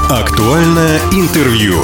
Актуальное интервью.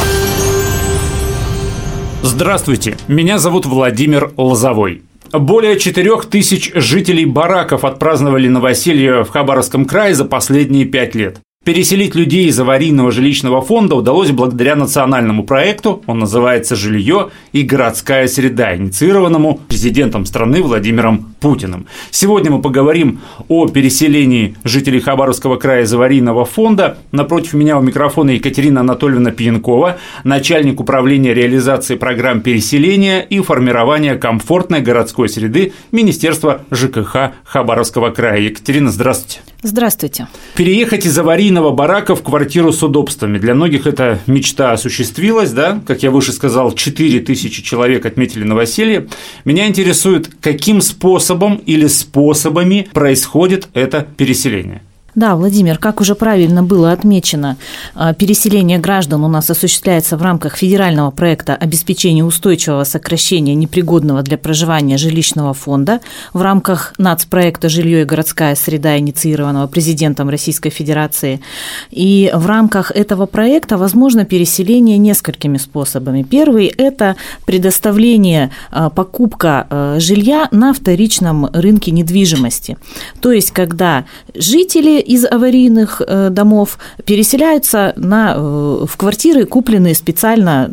Здравствуйте, меня зовут Владимир Лозовой. Более 4000 жителей бараков отпраздновали новоселье в Хабаровском крае за последние 5 лет. Переселить людей из аварийного жилищного фонда удалось благодаря национальному проекту, он называется «Жилье и городская среда», инициированному президентом страны Владимиром Путиным. Сегодня мы поговорим о переселении жителей Хабаровского края из аварийного фонда. Напротив меня у микрофона Екатерина Анатольевна Пьянкова, начальник управления реализации программ переселения и формирования комфортной городской среды Министерства ЖКХ Хабаровского края. Екатерина, здравствуйте. Здравствуйте. Переехать из аварийного барака в квартиру с удобствами. Для многих эта мечта осуществилась, да? Как я выше сказал, 4000 человек отметили новоселье. Меня интересует, каким способом или способами происходит это переселение? Да, Владимир, как уже правильно было отмечено, переселение граждан у нас осуществляется в рамках федерального проекта обеспечения устойчивого сокращения непригодного для проживания жилищного фонда в рамках нацпроекта «Жилье и городская среда», инициированного президентом Российской Федерации. И в рамках этого проекта возможно переселение несколькими способами. Первый – это предоставление, покупка жилья на вторичном рынке недвижимости. То есть, когда жители из аварийных домов переселяются в квартиры, купленные специально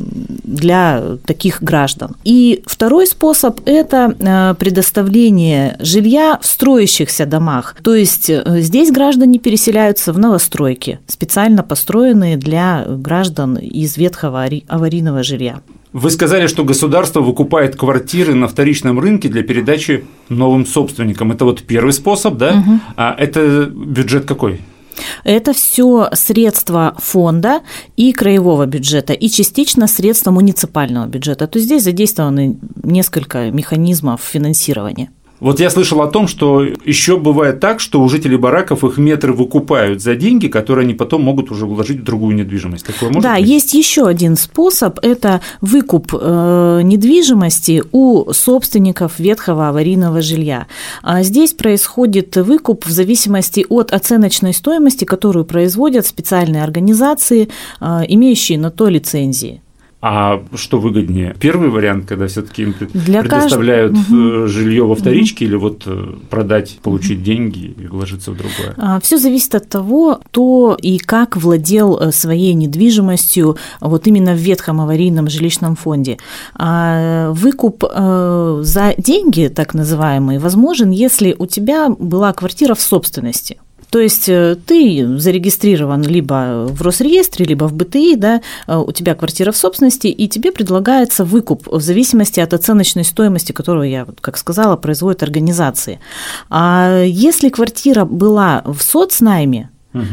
для таких граждан. И второй способ – это предоставление жилья в строящихся домах. То есть здесь граждане переселяются в новостройки, специально построенные для граждан из ветхого аварийного жилья. Вы сказали, что государство выкупает квартиры на вторичном рынке для передачи новым собственникам. Это вот первый способ, да? Угу. А это бюджет какой? Это все средства фонда и краевого бюджета, и частично средства муниципального бюджета. То есть здесь задействованы несколько механизмов финансирования. Вот я слышал о том, что еще бывает так, что у жителей бараков их метры выкупают за деньги, которые они потом могут уже вложить в другую недвижимость. Такое может быть? Есть еще один способ – это выкуп недвижимости у собственников ветхого аварийного жилья. Здесь происходит выкуп в зависимости от оценочной стоимости, которую производят специальные организации, имеющие на то лицензии. А что выгоднее? Первый вариант, когда все-таки им предоставляют жилье во вторичке, или вот продать, получить деньги и вложиться в другое? Все зависит от того, кто и как владел своей недвижимостью вот именно в ветхом аварийном жилищном фонде. Выкуп за деньги, так называемый, возможен, если у тебя была квартира в собственности. То есть ты зарегистрирован либо в Росреестре, либо в БТИ, да, у тебя квартира в собственности, и тебе предлагается выкуп в зависимости от оценочной стоимости, которую, я, как сказала, производят организации. А если квартира была в соцнайме,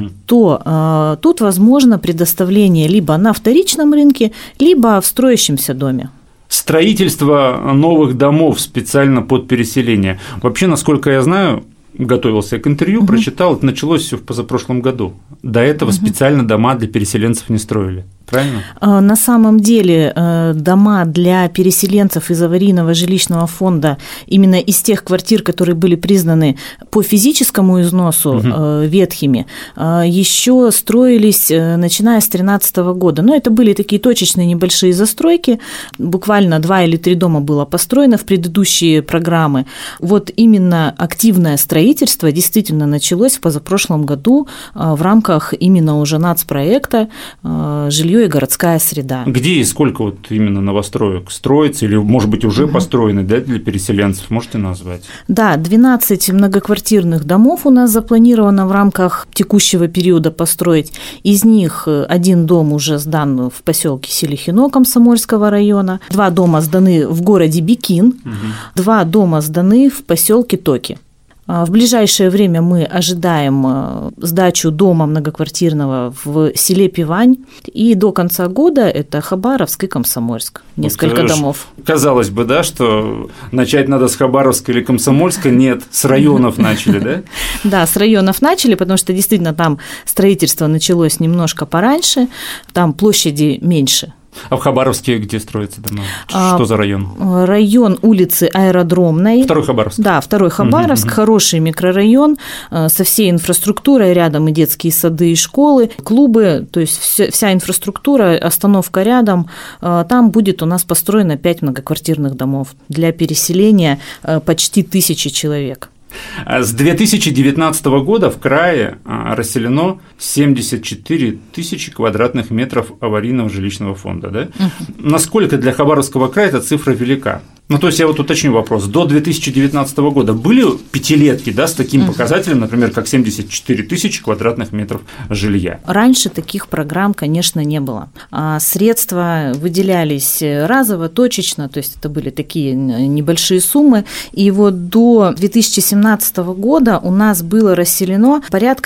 то тут возможно предоставление либо на вторичном рынке, либо в строящемся доме. Строительство новых домов специально под переселение. Вообще, насколько я знаю, готовился к интервью, прочитал, это началось все в позапрошлом году. До этого специально дома для переселенцев не строили. Правильно? На самом деле дома для переселенцев из аварийного жилищного фонда, именно из тех квартир, которые были признаны по физическому износу ветхими, еще строились начиная с 2013 года. Но это были такие точечные небольшие застройки, буквально 2 или 3 дома было построено в предыдущие программы. Вот именно активное строительство действительно началось в позапрошлом году в рамках именно уже нацпроекта «Жилье и городская среда». Где и сколько вот именно новостроек строится, или, может быть, уже построены, да, для переселенцев, можете назвать? Да, 12 многоквартирных домов у нас запланировано в рамках текущего периода построить. Из них 1 дом уже сдан в поселке Селихино Комсомольского района, 2 дома сданы в городе Бикин, 2 дома сданы в поселке Токи. В ближайшее время мы ожидаем сдачу дома многоквартирного в селе Пивань, и до конца года это Хабаровск и Комсомольск, несколько домов. Казалось бы, да, что начать надо с Хабаровска или Комсомольска, нет, с районов начали, да? Да, с районов начали, потому что действительно там строительство началось немножко пораньше, там площади меньше. А в Хабаровске где строятся дома? Что за район? Район улицы Аэродромной. Второй Хабаровск. Да, второй Хабаровск, хороший микрорайон со всей инфраструктурой, рядом и детские сады, и школы, клубы, то есть вся инфраструктура, остановка рядом. Там будет у нас построено 5 многоквартирных домов для переселения почти 1000 человек. С 2019 года в крае расселено 74 тысячи квадратных метров аварийного жилищного фонда. Да? Насколько для Хабаровского края эта цифра велика? Ну, то есть я вот уточню вопрос. До 2019 года были пятилетки, да, с таким показателем, например, как 74 тысячи квадратных метров жилья? Раньше таких программ, конечно, не было. Средства выделялись разово, точечно, то есть это были такие небольшие суммы. И вот до 2017 года у нас было расселено порядка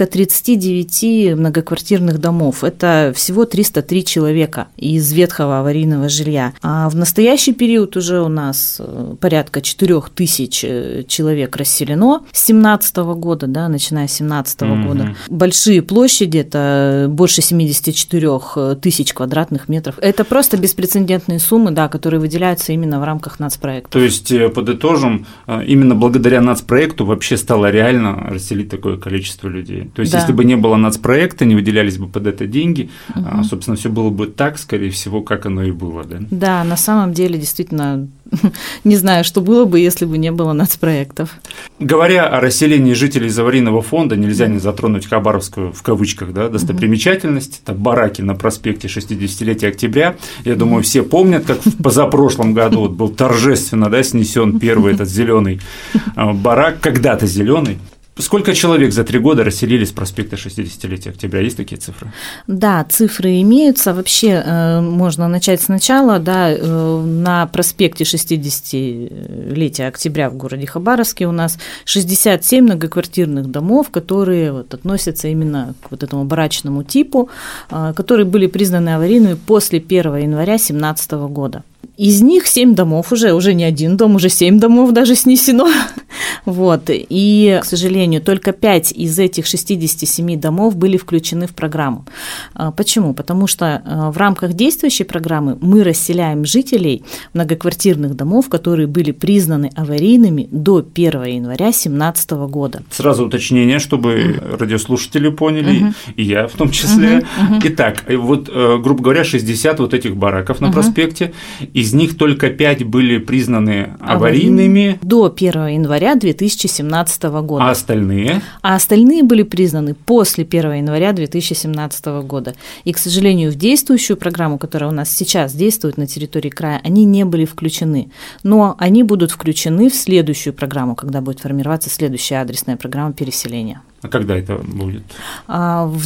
39 многоквартирных домов. Это всего 303 человека из ветхого аварийного жилья. А в настоящий период уже у нас порядка 4000 человек расселено с 2017 года, да, начиная с 2017 года. Большие площади, это больше 74 тысяч квадратных метров. Это просто беспрецедентные суммы, да, которые выделяются именно в рамках нацпроекта. То есть, подытожим, именно благодаря нацпроекту вообще стало реально расселить такое количество людей. То есть, если бы не было нацпроекта, не выделялись бы под это деньги, собственно, все было бы так, скорее всего, как оно и было. Да, да, на самом деле, действительно, не знаю, что было бы, если бы не было нацпроектов. Говоря о расселении жителей из аварийного фонда, нельзя не затронуть хабаровскую, в кавычках, да, достопримечательность. Это бараки на проспекте 60-летия Октября. Я думаю, все помнят, как в позапрошлом году вот был торжественно, да, снесен первый этот зеленый барак, когда-то зеленый. Сколько человек за 3 года расселили с проспекта 60-летия Октября? Есть такие цифры? Да, цифры имеются. Вообще можно начать сначала. Да, на проспекте 60-летия Октября в городе Хабаровске у нас 67 многоквартирных домов, которые вот относятся именно к вот этому барачному типу, которые были признаны аварийными после 1 января 2017 года. Из них 7 домов уже не один дом, уже 7 домов даже снесено. Вот. И, к сожалению, только 5 из этих 67 домов были включены в программу. Почему? Потому что в рамках действующей программы мы расселяем жителей многоквартирных домов, которые были признаны аварийными до 1 января 2017 года. Сразу уточнение, чтобы радиослушатели поняли, и я в том числе. Итак, вот, грубо говоря, 60 вот этих бараков на проспекте, из них только 5 были признаны аварийными до 1 января 2017 года. А остальные? А остальные были признаны после 1 января 2017 года. И, к сожалению, в действующую программу, которая у нас сейчас действует на территории края, они не были включены. Но они будут включены в следующую программу, когда будет формироваться следующая адресная программа переселения. А когда это будет? В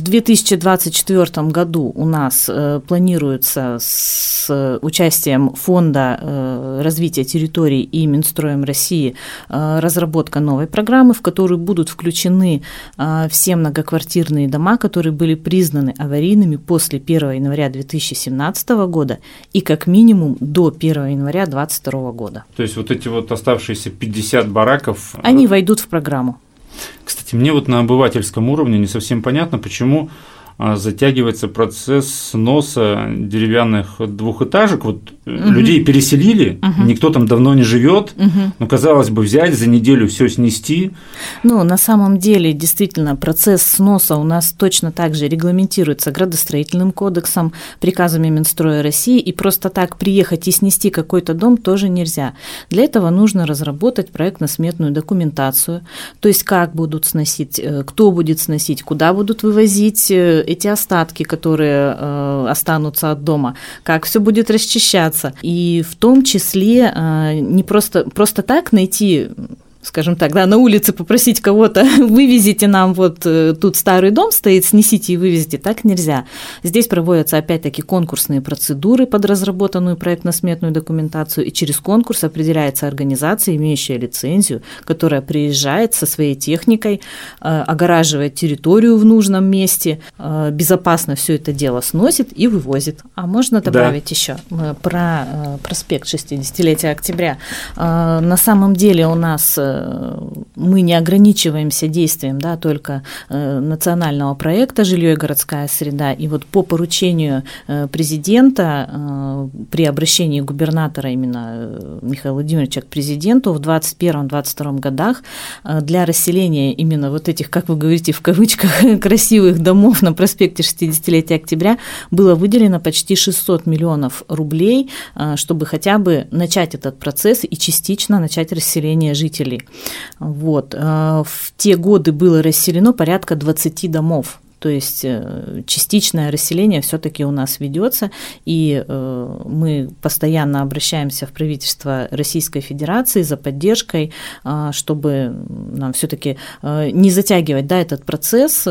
2024 году у нас планируется с участием Фонда развития территорий и Минстроем России разработка новой программы, в которую будут включены все многоквартирные дома, которые были признаны аварийными после 1 января 2017 года и как минимум до 1 января 2022 года. То есть вот эти вот оставшиеся 50 бараков… Они войдут в программу. Кстати, мне вот на обывательском уровне не совсем понятно, почему затягивается процесс сноса деревянных двухэтажек. Вот людей переселили, никто там давно не живет, но, казалось бы, взять за неделю все снести. Ну, на самом деле, действительно, процесс сноса у нас точно так же регламентируется градостроительным кодексом, приказами Минстроя России, и просто так приехать и снести какой-то дом тоже нельзя. Для этого нужно разработать проектно-сметную документацию, то есть как будут сносить, кто будет сносить, куда будут вывозить эти остатки, которые останутся от дома, как все будет расчищаться. И в том числе не просто так найти, скажем так, да, на улице попросить кого-то, вывезите нам, вот тут старый дом стоит, снесите и вывезите, так нельзя. Здесь проводятся опять-таки конкурсные процедуры под разработанную проектно-сметную документацию, и через конкурс определяется организация, имеющая лицензию, которая приезжает со своей техникой, огораживает территорию в нужном месте, безопасно все это дело сносит и вывозит. А можно добавить еще про проспект 60-летия Октября. На самом деле у нас мы не ограничиваемся действием, да, только национального проекта «Жилье и городская среда». И вот по поручению президента при обращении губернатора именно Михаила Владимировича к президенту в 2021-2022 годах для расселения именно вот этих, как вы говорите, в кавычках, красивых домов на проспекте 60-летия Октября было выделено почти 600 миллионов рублей, чтобы хотя бы начать этот процесс и частично начать расселение жителей. Вот. В те годы было расселено порядка 20 домов. То есть частичное расселение все-таки у нас ведется, и мы постоянно обращаемся в правительство Российской Федерации за поддержкой, чтобы нам все-таки не затягивать, да, этот процесс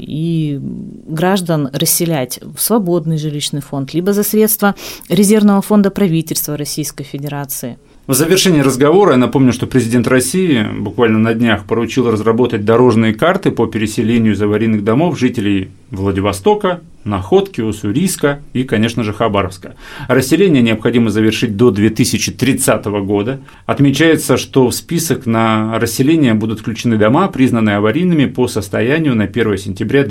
и граждан расселять в свободный жилищный фонд, либо за средства резервного фонда правительства Российской Федерации. В завершении разговора я напомню, что президент России буквально на днях поручил разработать дорожные карты по переселению из аварийных домов жителей Владивостока, Находки, Уссурийска и, конечно же, Хабаровска. Расселение необходимо завершить до 2030 года. Отмечается, что в список на расселение будут включены дома, признанные аварийными по состоянию на 1 сентября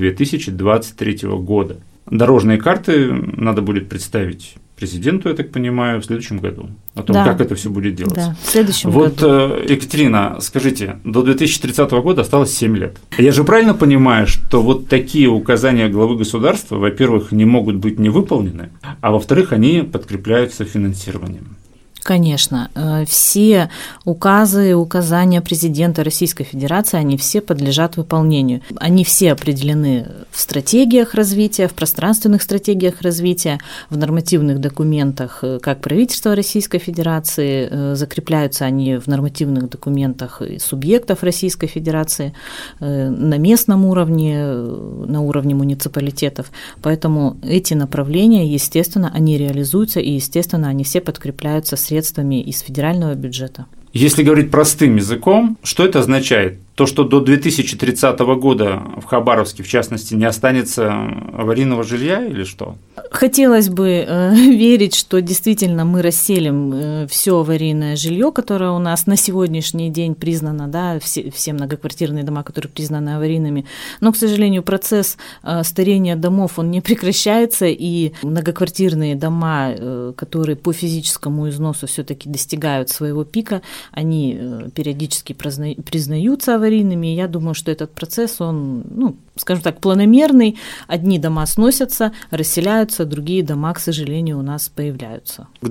2023 года. Дорожные карты надо будет представить президенту, я так понимаю, в следующем году, о том, как это все будет делаться. Да, в следующем году. Екатерина, скажите, до 2030 года осталось 7 лет. Я же правильно понимаю, что вот такие указания главы государства, во-первых, не могут быть не выполнены, а во-вторых, они подкрепляются финансированием? Конечно, все указы, указания президента Российской Федерации, они все подлежат выполнению. Они все определены в стратегиях развития, в пространственных стратегиях развития, в нормативных документах как правительства Российской Федерации, закрепляются они в нормативных документах субъектов Российской Федерации на местном уровне, на уровне муниципалитетов. Поэтому эти направления, естественно, они реализуются, и, естественно, они все подкрепляются средствами из федерального бюджета. Если говорить простым языком, что это означает? То, что до 2030 года в Хабаровске, в частности, не останется аварийного жилья или что? Хотелось бы верить, что действительно мы расселим все аварийное жилье, которое у нас на сегодняшний день признано, да, все многоквартирные дома, которые признаны аварийными. Но, к сожалению, процесс старения домов, он не прекращается, и многоквартирные дома, которые по физическому износу все-таки достигают своего пика, они периодически признаются аварийными. И я думаю, что этот процесс, он, скажем так, планомерный. Одни дома сносятся, расселяются, другие дома, к сожалению, у нас появляются. К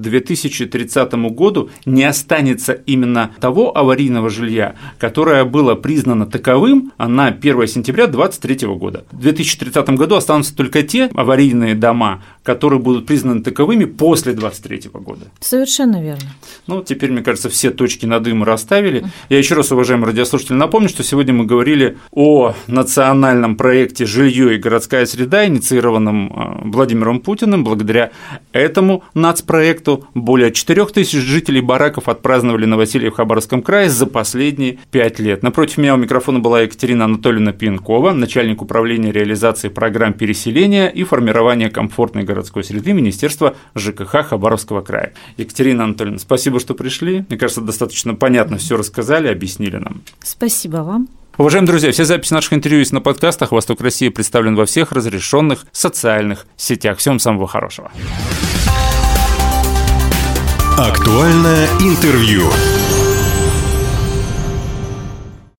2030 году не останется именно того аварийного жилья, которое было признано таковым на 1 сентября 2023 года. В 2030 году останутся только те аварийные дома, которые будут признаны таковыми после 2023 года. Совершенно верно. Теперь, мне кажется, все точки над «и» мы расставили. Я еще раз, уважаемые радиослушатели, напомню, что сегодня мы говорили о национальном проекте «Жилье и городская среда», инициированном Владимиром Путиным. Благодаря этому нацпроекту более 4000 жителей бараков отпраздновали новоселье в Хабаровском крае за последние 5 лет. Напротив меня у микрофона была Екатерина Анатольевна Пьянкова, начальник управления реализации программ переселения и формирования комфортной городской среды Министерства ЖКХ Хабаровского края. Екатерина Анатольевна, спасибо, что пришли. Мне кажется, достаточно понятно все рассказали, объяснили нам. Спасибо вам. Уважаемые друзья, все записи наших интервью есть на подкастах. «Восток России» представлен во всех разрешенных социальных сетях. Всем самого хорошего. Актуальное интервью.